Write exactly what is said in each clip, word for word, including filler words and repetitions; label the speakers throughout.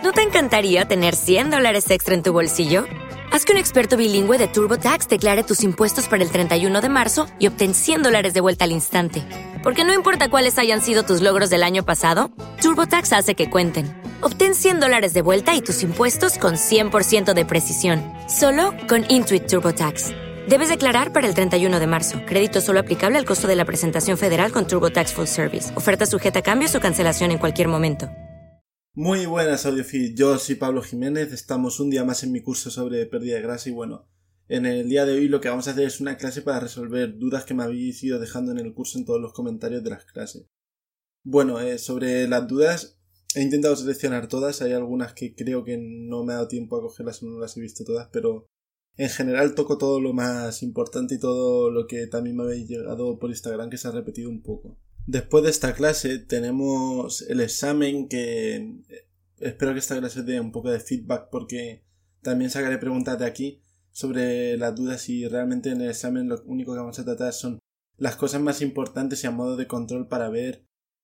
Speaker 1: ¿No te encantaría tener cien dólares extra en tu bolsillo? Haz que un experto bilingüe de TurboTax declare tus impuestos para el treinta y uno de marzo y obtén cien dólares de vuelta al instante. Porque no importa cuáles hayan sido tus logros del año pasado, TurboTax hace que cuenten. Obtén cien dólares de vuelta y tus impuestos con cien por ciento de precisión. Solo con Intuit TurboTax. Debes declarar para el treinta y uno de marzo. Crédito solo aplicable al costo de la presentación federal con TurboTax Full Service. Oferta sujeta a cambios o cancelación en cualquier momento.
Speaker 2: Muy buenas, Audiofeed. Yo soy Pablo Jiménez. Estamos un día más en mi curso sobre pérdida de grasa y bueno, en el día de hoy lo que vamos a hacer es una clase para resolver dudas que me habéis ido dejando en el curso en todos los comentarios de las clases. Bueno, eh, sobre las dudas he intentado seleccionar todas. Hay algunas que creo que no me ha dado tiempo a cogerlas o no las he visto todas, pero en general toco todo lo más importante y todo lo que también me habéis llegado por Instagram que se ha repetido un poco. Después de esta clase tenemos el examen que espero que esta clase dé un poco de feedback porque también sacaré preguntas de aquí sobre las dudas y realmente en el examen lo único que vamos a tratar son las cosas más importantes y a modo de control para ver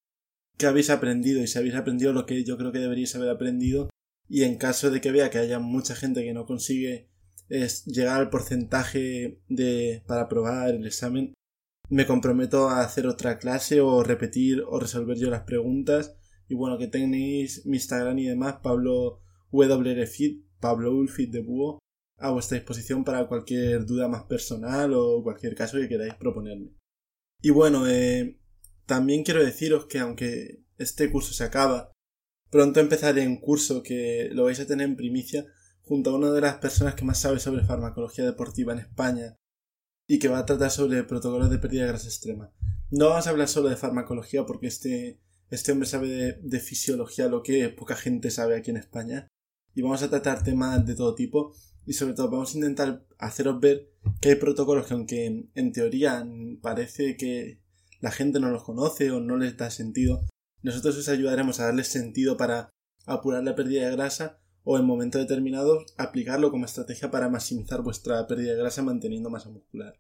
Speaker 2: qué habéis aprendido y si habéis aprendido lo que yo creo que deberíais haber aprendido y en caso de que vea que haya mucha gente que no consigue es llegar al porcentaje de para aprobar el examen, me comprometo a hacer otra clase o repetir o resolver yo las preguntas y bueno, que tenéis mi Instagram y demás, Pablo W R Fit, Pablo Ulfit de Búho, a vuestra disposición para cualquier duda más personal o cualquier caso que queráis proponerme. Y bueno, eh, también quiero deciros que aunque este curso se acaba, pronto empezaré un curso que lo vais a tener en primicia junto a una de las personas que más sabe sobre farmacología deportiva en España y que va a tratar sobre protocolos de pérdida de grasa extrema. No vamos a hablar solo de farmacología porque este, este hombre sabe de, de fisiología, lo que poca gente sabe aquí en España, y vamos a tratar temas de todo tipo y sobre todo vamos a intentar haceros ver que hay protocolos que aunque en, en teoría parece que la gente no los conoce o no les da sentido, nosotros os ayudaremos a darles sentido para apurar la pérdida de grasa o en momentos determinados aplicarlo como estrategia para maximizar vuestra pérdida de grasa manteniendo masa muscular.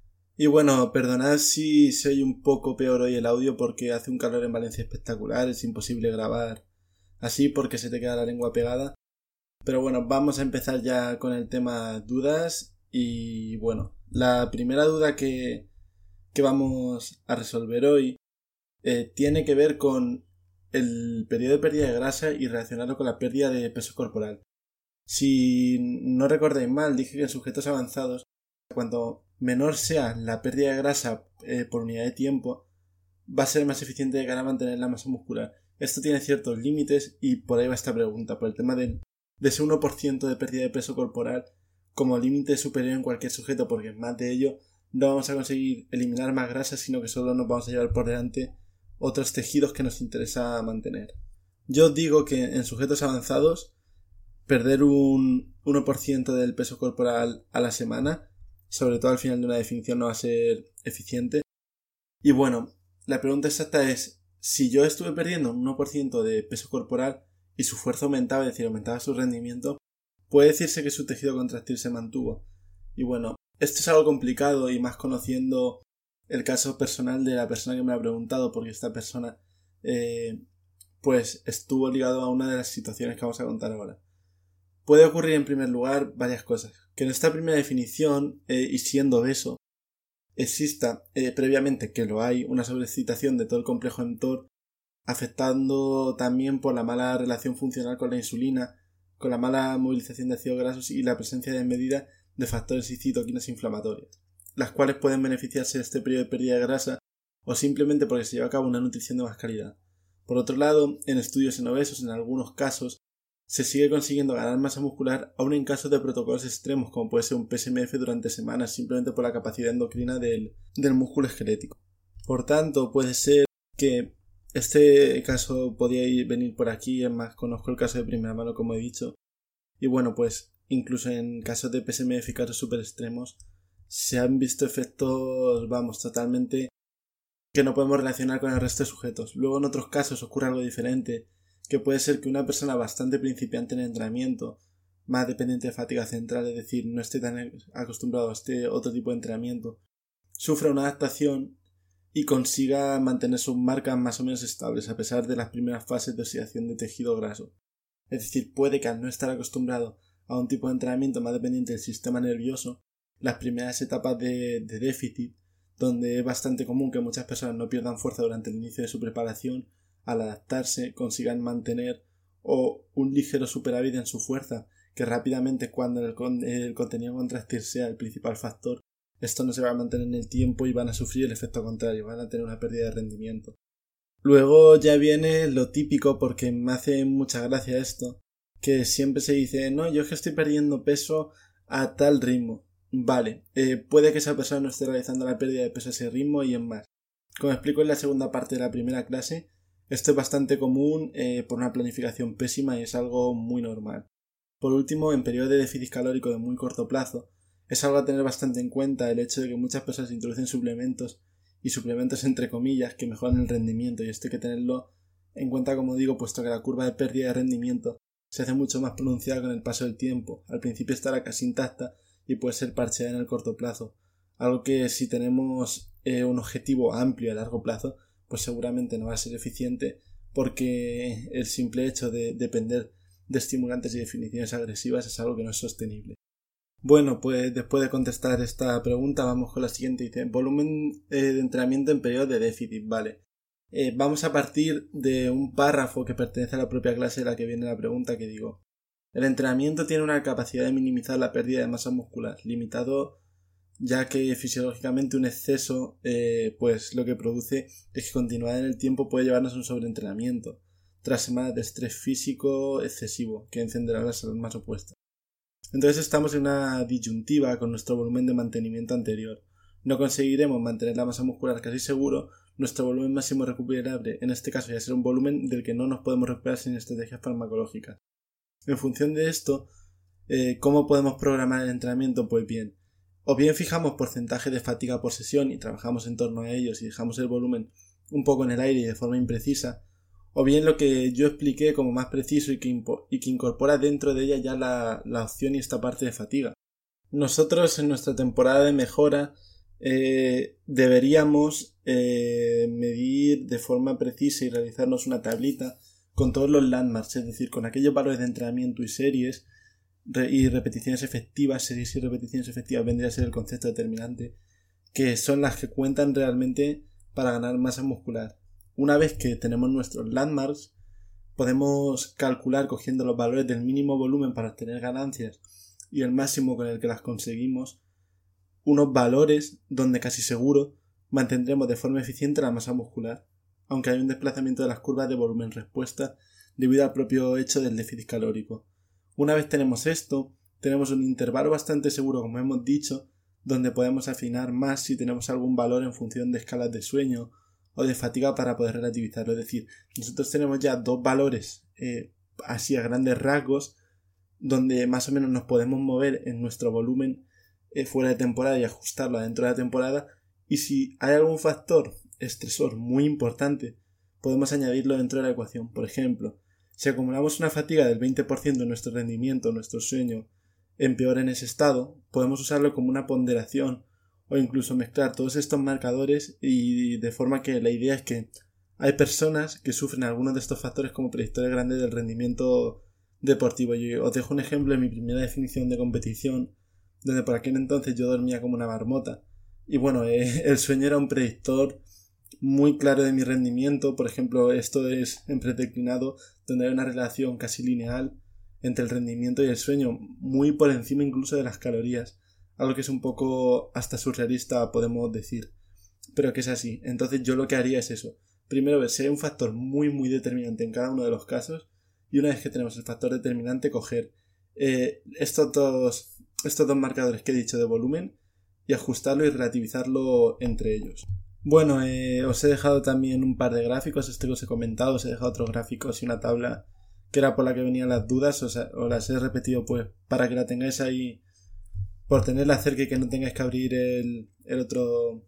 Speaker 2: Y bueno, perdonad si soy un poco peor hoy el audio porque hace un calor en Valencia espectacular, es imposible grabar así porque se te queda la lengua pegada. Pero bueno, vamos a empezar ya con el tema dudas y bueno, la primera duda que, que vamos a resolver hoy eh, tiene que ver con el periodo de pérdida de grasa y relacionarlo con la pérdida de peso corporal. Si no recordáis mal, dije que en sujetos avanzados, cuanto menor sea la pérdida de grasa eh, por unidad de tiempo, va a ser más eficiente de cara a mantener la masa muscular. Esto tiene ciertos límites y por ahí va esta pregunta, por el tema del, de ese uno por ciento de pérdida de peso corporal como límite superior en cualquier sujeto, porque más de ello no vamos a conseguir eliminar más grasa, sino que solo nos vamos a llevar por delante otros tejidos que nos interesa mantener. Yo digo que en sujetos avanzados perder un uno por ciento del peso corporal a la semana, sobre todo al final de una definición, no va a ser eficiente. Y bueno, la pregunta exacta es, si yo estuve perdiendo un uno por ciento de peso corporal y su fuerza aumentaba, es decir, aumentaba su rendimiento, puede decirse que su tejido contractil se mantuvo. Y bueno, esto es algo complicado y más conociendo el caso personal de la persona que me lo ha preguntado, porque esta persona eh, pues estuvo ligado a una de las situaciones que vamos a contar ahora. Puede ocurrir en primer lugar varias cosas. Que en esta primera definición, eh, y siendo obeso, exista eh, previamente, que lo hay, una sobreexcitación de todo el complejo mTOR, afectando también por la mala relación funcional con la insulina, con la mala movilización de ácidos grasos y la presencia desmedida de factores y citoquinas inflamatorias, las cuales pueden beneficiarse de este periodo de pérdida de grasa o simplemente porque se lleva a cabo una nutrición de más calidad. Por otro lado, en estudios en obesos, en algunos casos, se sigue consiguiendo ganar masa muscular aún en casos de protocolos extremos como puede ser un P S M F durante semanas simplemente por la capacidad endocrina del, del músculo esquelético. Por tanto, puede ser que este caso podía venir por aquí, es más, conozco el caso de primera mano como he dicho, y bueno, pues incluso en casos de P S M F y casos super extremos se han visto efectos, vamos, totalmente que no podemos relacionar con el resto de sujetos. Luego en otros casos ocurre algo diferente, que puede ser que una persona bastante principiante en entrenamiento, más dependiente de fatiga central, es decir, no esté tan acostumbrado a este otro tipo de entrenamiento, sufra una adaptación y consiga mantener sus marcas más o menos estables a pesar de las primeras fases de oxidación de tejido graso. Es decir, puede que al no estar acostumbrado a un tipo de entrenamiento más dependiente del sistema nervioso, las primeras etapas de, de déficit, donde es bastante común que muchas personas no pierdan fuerza durante el inicio de su preparación, al adaptarse consigan mantener o un ligero superávit en su fuerza, que rápidamente cuando el, con, el contenido contractil sea el principal factor, esto no se va a mantener en el tiempo y van a sufrir el efecto contrario, van a tener una pérdida de rendimiento. Luego ya viene lo típico, porque me hace mucha gracia esto, que siempre se dice, no, yo es que estoy perdiendo peso a tal ritmo. Vale, eh, puede que esa persona no esté realizando la pérdida de peso a ese ritmo y en más. Como explico en la segunda parte de la primera clase, esto es bastante común eh, por una planificación pésima y es algo muy normal. Por último, en periodos de déficit calórico de muy corto plazo, es algo a tener bastante en cuenta el hecho de que muchas personas introducen suplementos y suplementos entre comillas que mejoran el rendimiento, y esto hay que tenerlo en cuenta, como digo, puesto que la curva de pérdida de rendimiento se hace mucho más pronunciada con el paso del tiempo. Al principio estará casi intacta y puede ser parcheada en el corto plazo, algo que si tenemos eh, un objetivo amplio a largo plazo, pues seguramente no va a ser eficiente, porque el simple hecho de depender de estimulantes y definiciones agresivas es algo que no es sostenible. Bueno, pues después de contestar esta pregunta vamos con la siguiente. Dice, volumen eh, de entrenamiento en periodo de déficit. Vale, eh, vamos a partir de un párrafo que pertenece a la propia clase de la que viene la pregunta, que digo, el entrenamiento tiene una capacidad de minimizar la pérdida de masa muscular, limitado, ya que fisiológicamente un exceso eh, pues lo que produce es que continuar en el tiempo puede llevarnos a un sobreentrenamiento tras semanas de estrés físico excesivo que encenderá las alarmas opuestas. Entonces estamos en una disyuntiva con nuestro volumen de mantenimiento anterior. No conseguiremos mantener la masa muscular casi seguro, nuestro volumen máximo recuperable en este caso ya será un volumen del que no nos podemos recuperar sin estrategias farmacológicas. En función de esto, eh, ¿cómo podemos programar el entrenamiento? Pues bien, o bien fijamos porcentaje de fatiga por sesión y trabajamos en torno a ellos y dejamos el volumen un poco en el aire y de forma imprecisa, o bien lo que yo expliqué como más preciso y que, impo- y que incorpora dentro de ella ya la, la opción y esta parte de fatiga. Nosotros en nuestra temporada de mejora eh, deberíamos eh, medir de forma precisa y realizarnos una tablita con todos los landmarks, es decir, con aquellos valores de entrenamiento y series re- y repeticiones efectivas, series y repeticiones efectivas vendría a ser el concepto determinante, que son las que cuentan realmente para ganar masa muscular. Una vez que tenemos nuestros landmarks, podemos calcular cogiendo los valores del mínimo volumen para obtener ganancias y el máximo con el que las conseguimos, unos valores donde casi seguro mantendremos de forma eficiente la masa muscular, aunque hay un desplazamiento de las curvas de volumen-respuesta debido al propio hecho del déficit calórico. Una vez tenemos esto, tenemos un intervalo bastante seguro, como hemos dicho, donde podemos afinar más si tenemos algún valor en función de escalas de sueño o de fatiga para poder relativizarlo. Es decir, nosotros tenemos ya dos valores eh, así a grandes rasgos donde más o menos nos podemos mover en nuestro volumen eh, fuera de temporada y ajustarlo dentro de la temporada, y si hay algún factor estresor muy importante podemos añadirlo dentro de la ecuación. Por ejemplo, si acumulamos una fatiga del veinte por ciento en nuestro rendimiento, nuestro sueño empeora en ese estado, podemos usarlo como una ponderación o incluso mezclar todos estos marcadores, y de forma que la idea es que hay personas que sufren algunos de estos factores como predictores grandes del rendimiento deportivo. Yo os dejo un ejemplo de mi primera definición de competición, donde por aquel entonces yo dormía como una marmota y bueno, eh, el sueño era un predictor muy claro de mi rendimiento. Por ejemplo, esto es en predeclinado, donde hay una relación casi lineal entre el rendimiento y el sueño, muy por encima incluso de las calorías, algo que es un poco hasta surrealista podemos decir, pero que es así. Entonces yo lo que haría es eso, primero ver si hay un factor muy muy determinante en cada uno de los casos, y una vez que tenemos el factor determinante, coger eh, estos dos estos dos marcadores que he dicho de volumen y ajustarlo y relativizarlo entre ellos. Bueno, eh, os he dejado también un par de gráficos, este que os he comentado, os he dejado otros gráficos y una tabla que era por la que venían las dudas, o sea, os las he repetido pues para que la tengáis ahí, por tenerla cerca y que no tengáis que abrir el, el otro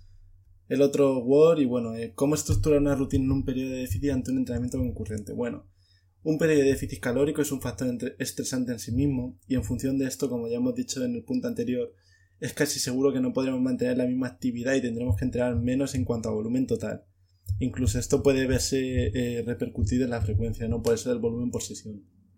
Speaker 2: el otro Word. Y bueno, eh, ¿cómo estructurar una rutina en un periodo de déficit ante un entrenamiento concurrente? Bueno, un periodo de déficit calórico es un factor estresante en sí mismo, y en función de esto, como ya hemos dicho en el punto anterior, es casi seguro que no podremos mantener la misma actividad y tendremos que entrenar menos en cuanto a volumen total. Incluso esto puede verse eh, repercutido en la frecuencia, no puede ser el volumen por sesión.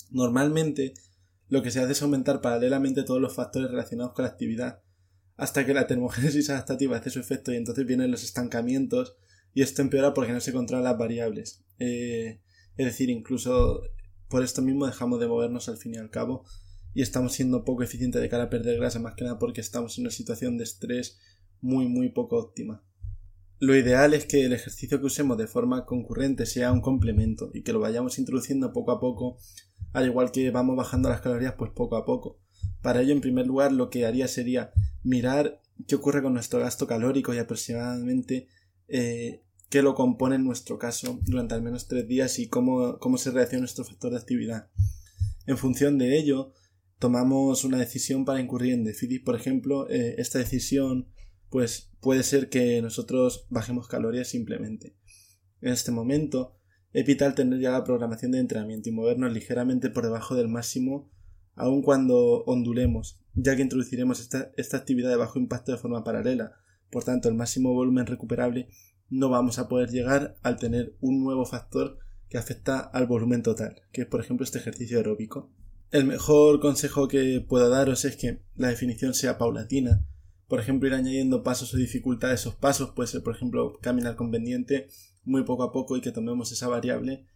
Speaker 2: Normalmente lo que se hace es aumentar paralelamente todos los factores relacionados con la actividad, hasta que la termogénesis adaptativa hace su efecto y entonces vienen los estancamientos, y esto empeora porque no se controlan las variables. Eh, es decir, incluso por esto mismo dejamos de movernos al fin y al cabo y estamos siendo poco eficientes de cara a perder grasa, más que nada porque estamos en una situación de estrés muy muy poco óptima. Lo ideal es que el ejercicio que usemos de forma concurrente sea un complemento y que lo vayamos introduciendo poco a poco, al igual que vamos bajando las calorías pues poco a poco. Para ello, en primer lugar, lo que haría sería mirar qué ocurre con nuestro gasto calórico y aproximadamente eh, qué lo compone en nuestro caso durante al menos tres días y cómo, cómo se reacciona nuestro factor de actividad. En función de ello, tomamos una decisión para incurrir en déficit. Por ejemplo, eh, esta decisión pues puede ser que nosotros bajemos calorías simplemente. En este momento es vital tener ya la programación de entrenamiento y movernos ligeramente por debajo del máximo aun cuando ondulemos, ya que introduciremos esta, esta actividad de bajo impacto de forma paralela. Por tanto, el máximo volumen recuperable no vamos a poder llegar al tener un nuevo factor que afecta al volumen total, que es por ejemplo este ejercicio aeróbico. El mejor consejo que puedo daros es que la definición sea paulatina. Por ejemplo, ir añadiendo pasos o dificultad a esos pasos puede ser, por ejemplo, caminar con pendiente muy poco a poco y que tomemos esa variable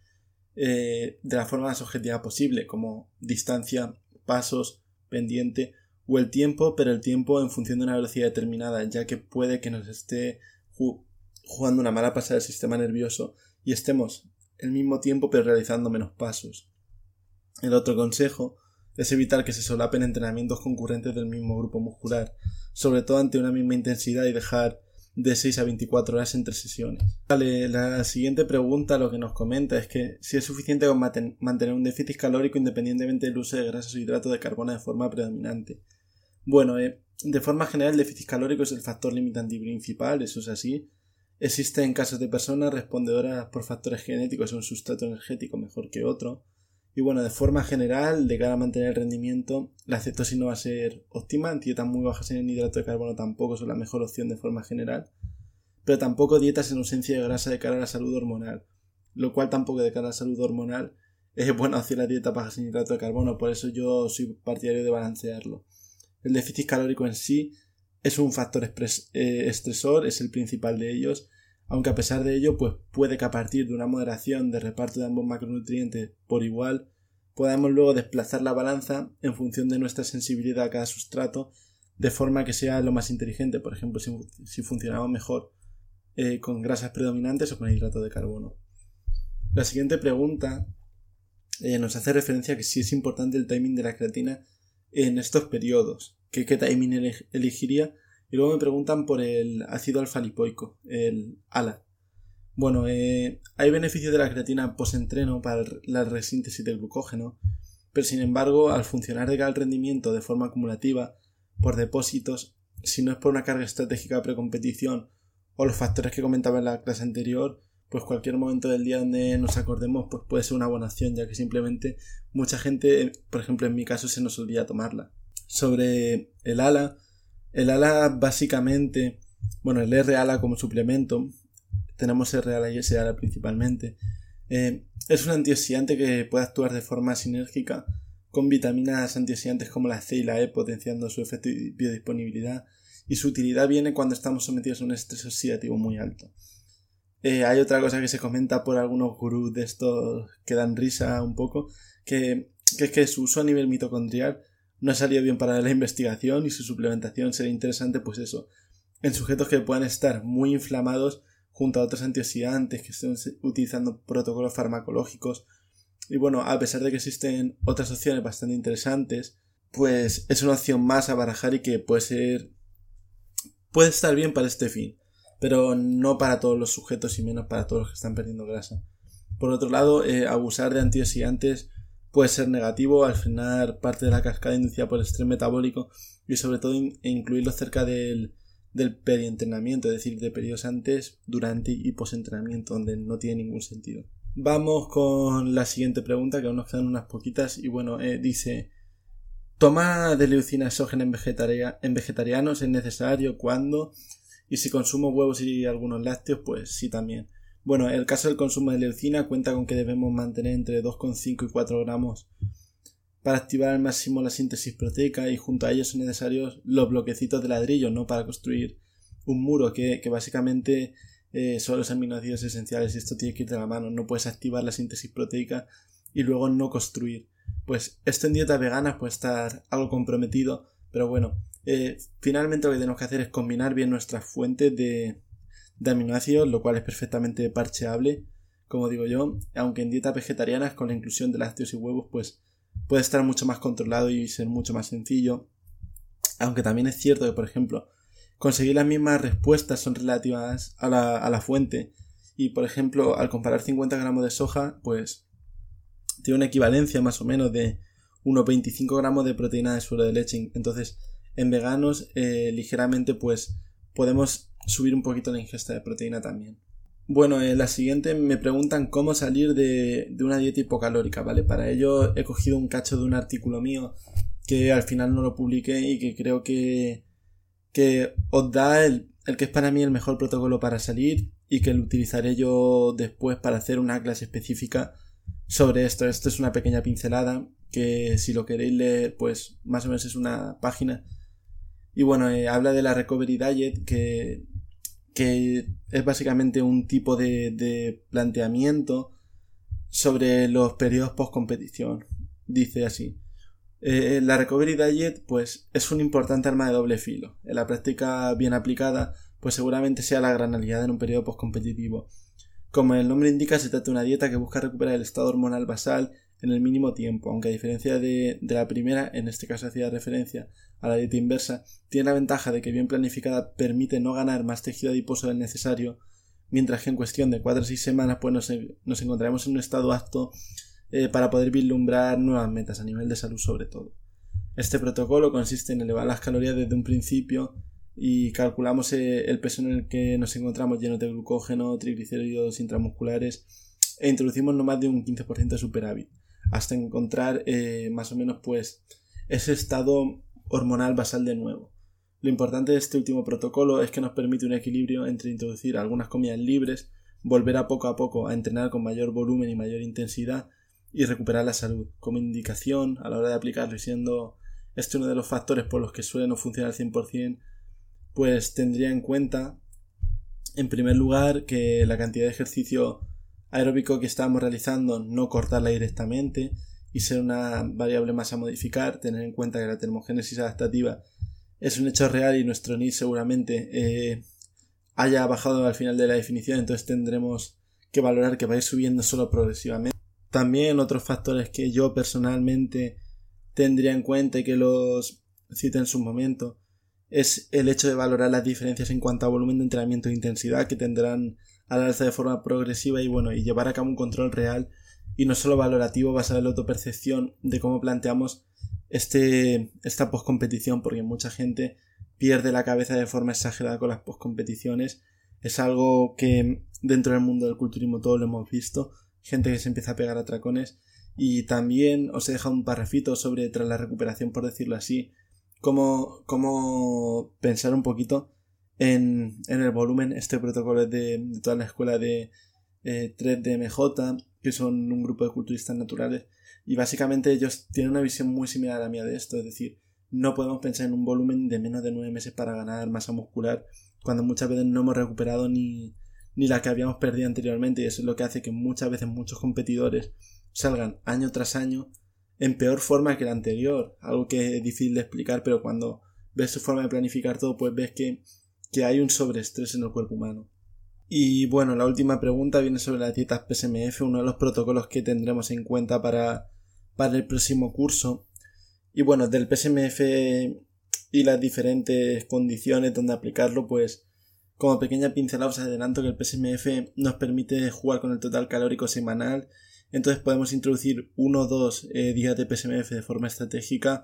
Speaker 2: eh, de la forma más objetiva posible, como distancia, pasos, pendiente o el tiempo, pero el tiempo en función de una velocidad determinada, ya que puede que nos esté ju- jugando una mala pasada del sistema nervioso y estemos el mismo tiempo pero realizando menos pasos. El otro consejo es evitar que se solapen entrenamientos concurrentes del mismo grupo muscular, sobre todo ante una misma intensidad, y dejar de seis a veinticuatro horas entre sesiones. Vale, la siguiente pregunta lo que nos comenta es que si es suficiente con maten- mantener un déficit calórico independientemente del uso de grasas o hidratos de carbono de forma predominante. Bueno, eh, de forma general el déficit calórico es el factor limitante principal, eso es así. Existen casos de personas respondedoras por factores genéticos a un sustrato energético mejor que otro. Y bueno, de forma general, de cara a mantener el rendimiento, la cetosis no va a ser óptima. Dietas muy bajas en hidrato de carbono tampoco son la mejor opción de forma general. Pero tampoco dietas en ausencia de grasa de cara a la salud hormonal. Lo cual tampoco de cara a la salud hormonal es bueno hacer la dieta baja en hidrato de carbono. Por eso yo soy partidario de balancearlo. El déficit calórico en sí es un factor expres- eh, estresor, es el principal de ellos. Aunque a pesar de ello, pues puede que a partir de una moderación de reparto de ambos macronutrientes por igual, podamos luego desplazar la balanza en función de nuestra sensibilidad a cada sustrato, de forma que sea lo más inteligente. Por ejemplo, si, si funcionamos mejor eh, con grasas predominantes o con hidrato de carbono. La siguiente pregunta eh, nos hace referencia a que sí es importante el timing de la creatina en estos periodos. ¿Qué, qué timing ele- elegiría? Y luego me preguntan por el ácido alfa-lipoico, el A L A. Bueno, eh, hay beneficios de la creatina post-entreno para la resíntesis del glucógeno, pero sin embargo, al funcionar de cara al rendimiento de forma acumulativa por depósitos, si no es por una carga estratégica precompetición o los factores que comentaba en la clase anterior, pues cualquier momento del día donde nos acordemos pues puede ser una buena opción, ya que simplemente mucha gente, por ejemplo en mi caso, se nos olvida tomarla. Sobre el A L A, el A L A básicamente, bueno, el R A L A como suplemento, tenemos R A L A y S A L A principalmente, eh, es un antioxidante que puede actuar de forma sinérgica con vitaminas antioxidantes como la C y la E, potenciando su efecto y biodisponibilidad, y su utilidad viene cuando estamos sometidos a un estrés oxidativo muy alto. Eh, hay otra cosa que se comenta por algunos gurús de estos que dan risa un poco, que, que es que su uso a nivel mitocondrial no ha salido bien para la investigación y su suplementación sería interesante, pues eso, en sujetos que puedan estar muy inflamados junto a otros antioxidantes, que estén utilizando protocolos farmacológicos. Y bueno, a pesar de que existen otras opciones bastante interesantes, pues es una opción más a barajar y que puede ser, puede estar bien para este fin, pero no para todos los sujetos y menos para todos los que están perdiendo grasa. Por otro lado, eh, abusar de antioxidantes puede ser negativo al frenar parte de la cascada inducida por el estrés metabólico y sobre todo in- incluirlo cerca del, del perientrenamiento, es decir, de periodos antes, durante y post-entrenamiento, donde no tiene ningún sentido. Vamos con la siguiente pregunta, que aún nos quedan unas poquitas, y bueno, eh, dice: ¿toma de leucina exógena en, vegetaria- en vegetarianos es necesario? ¿Cuándo? Y si consumo huevos y algunos lácteos, pues sí también. Bueno, el caso del consumo de leucina cuenta con que debemos mantener entre dos coma cinco y cuatro gramos para activar al máximo la síntesis proteica, y junto a ellos son necesarios los bloquecitos de ladrillo, ¿no? Para construir un muro que, que básicamente eh, son los aminoácidos esenciales, y esto tiene que ir de la mano. No puedes activar la síntesis proteica y luego no construir. Pues esto en dietas veganas puede estar algo comprometido, pero bueno, eh, finalmente lo que tenemos que hacer es combinar bien nuestras fuentes de, de aminoácidos, lo cual es perfectamente parcheable, como digo yo, aunque en dietas vegetarianas con la inclusión de lácteos y huevos pues puede estar mucho más controlado y ser mucho más sencillo, aunque también es cierto que, por ejemplo, conseguir las mismas respuestas son relativas a la, a la fuente, y por ejemplo al comparar cincuenta gramos de soja pues tiene una equivalencia más o menos de unos veinticinco gramos de proteína de suero de leche. Entonces en veganos eh, ligeramente pues podemos subir un poquito la ingesta de proteína también. Bueno, en la siguiente me preguntan cómo salir de, de una dieta hipocalórica, ¿vale? Para ello he cogido un cacho de un artículo mío que al final no lo publiqué y que creo que, que os da el, el que es para mí el mejor protocolo para salir, y que lo utilizaré yo después para hacer una clase específica sobre esto. Esto es una pequeña pincelada que si lo queréis leer pues más o menos es una página. Y bueno, eh, habla de la Recovery Diet, que, que es básicamente un tipo de, de planteamiento sobre los periodos post competición. Dice así: eh, la Recovery Diet pues es un importante arma de doble filo. En la práctica bien aplicada pues seguramente sea la gran aliada en un periodo post competitivo. Como el nombre indica, se trata de una dieta que busca recuperar el estado hormonal basal en el mínimo tiempo, aunque a diferencia de, de la primera, en este caso hacía referencia a la dieta inversa, tiene la ventaja de que bien planificada permite no ganar más tejido adiposo del necesario, mientras que en cuestión de cuatro o seis semanas pues nos, nos encontraremos en un estado apto eh, para poder vislumbrar nuevas metas a nivel de salud sobre todo. Este protocolo consiste en elevar las calorías desde un principio y calculamos eh, el peso en el que nos encontramos lleno de glucógeno, triglicéridos intramusculares, e introducimos no más de un quince por ciento de superávit, hasta encontrar eh, más o menos pues ese estado hormonal basal de nuevo. Lo importante de este último protocolo es que nos permite un equilibrio entre introducir algunas comidas libres, volver a poco a poco a entrenar con mayor volumen y mayor intensidad y recuperar la salud. Como indicación a la hora de aplicarlo, y siendo este uno de los factores por los que suele no funcionar al cien por ciento, pues tendría en cuenta en primer lugar que la cantidad de ejercicio aeróbico que estamos realizando no cortarla directamente y ser una variable más a modificar, tener en cuenta que la termogénesis adaptativa es un hecho real y nuestro N I seguramente eh, haya bajado al final de la definición, entonces tendremos que valorar que va a ir subiendo solo progresivamente. También otros factores que yo personalmente tendría en cuenta y que los cité en su momento es el hecho de valorar las diferencias en cuanto a volumen de entrenamiento e intensidad que tendrán al alza de forma progresiva, y bueno, y llevar a cabo un control real y no solo valorativo basado en la autopercepción de cómo planteamos este, esta postcompetición, porque mucha gente pierde la cabeza de forma exagerada con las postcompeticiones. Es algo que dentro del mundo del culturismo todo lo hemos visto, gente que se empieza a pegar a tracones. Y también os he dejado un parrafito sobre tras la recuperación, por decirlo así, cómo, cómo pensar un poquito en, en el volumen. Este protocolo es de, de toda la escuela de eh, tres D M J, que son un grupo de culturistas naturales, y básicamente ellos tienen una visión muy similar a la mía de esto, es decir, no podemos pensar en un volumen de menos de nueve meses para ganar masa muscular cuando muchas veces no hemos recuperado ni, ni la que habíamos perdido anteriormente, y eso es lo que hace que muchas veces muchos competidores salgan año tras año en peor forma que la anterior, algo que es difícil de explicar, pero cuando ves su forma de planificar todo pues ves que, que hay un sobreestrés en el cuerpo humano. Y bueno, la última pregunta viene sobre las dietas P S M F, uno de los protocolos que tendremos en cuenta para, para el próximo curso. Y bueno, del P S M F y las diferentes condiciones donde aplicarlo, pues como pequeña pincelada os adelanto que el P S M F nos permite jugar con el total calórico semanal. Entonces podemos introducir uno o dos eh, días de P S M F de forma estratégica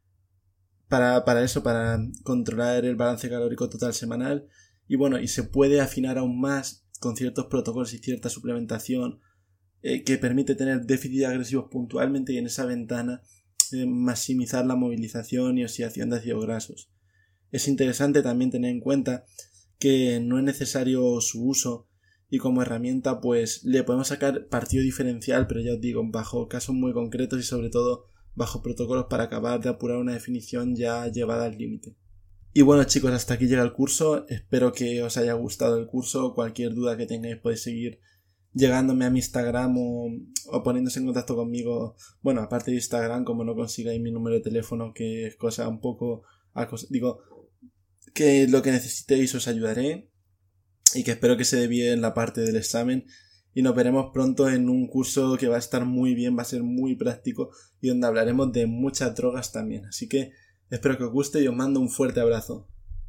Speaker 2: para, para eso, para controlar el balance calórico total semanal. Y bueno, y se puede afinar aún más con ciertos protocolos y cierta suplementación eh, que permite tener déficits agresivos puntualmente y en esa ventana eh, maximizar la movilización y oxidación de ácidos grasos. Es interesante también tener en cuenta que no es necesario su uso, y como herramienta pues le podemos sacar partido diferencial, pero ya os digo, bajo casos muy concretos y sobre todo bajo protocolos para acabar de apurar una definición ya llevada al límite. Y bueno chicos, hasta aquí llega el curso, espero que os haya gustado el curso, cualquier duda que tengáis podéis seguir llegándome a mi Instagram o, o poniéndose en contacto conmigo, bueno, aparte de Instagram, como no consigáis mi número de teléfono, que es cosa un poco, digo, que lo que necesitéis os ayudaré y que espero que se dé bien la parte del examen y nos veremos pronto en un curso que va a estar muy bien, va a ser muy práctico y donde hablaremos de muchas drogas también, así que espero que os guste y os mando un fuerte abrazo.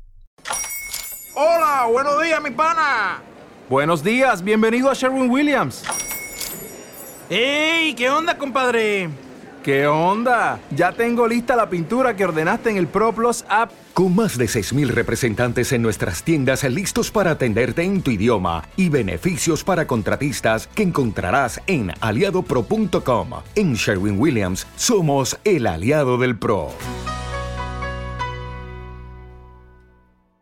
Speaker 3: Hola, buenos días mi pana.
Speaker 4: Buenos días, bienvenido a Sherwin-Williams.
Speaker 3: ¡Ey! ¿Qué onda, compadre?
Speaker 4: ¿Qué onda? Ya tengo lista la pintura que ordenaste en el ProPlus app.
Speaker 5: Con más de seis mil representantes en nuestras tiendas listos para atenderte en tu idioma y beneficios para contratistas que encontrarás en aliado pro punto com. En Sherwin-Williams somos el aliado del pro.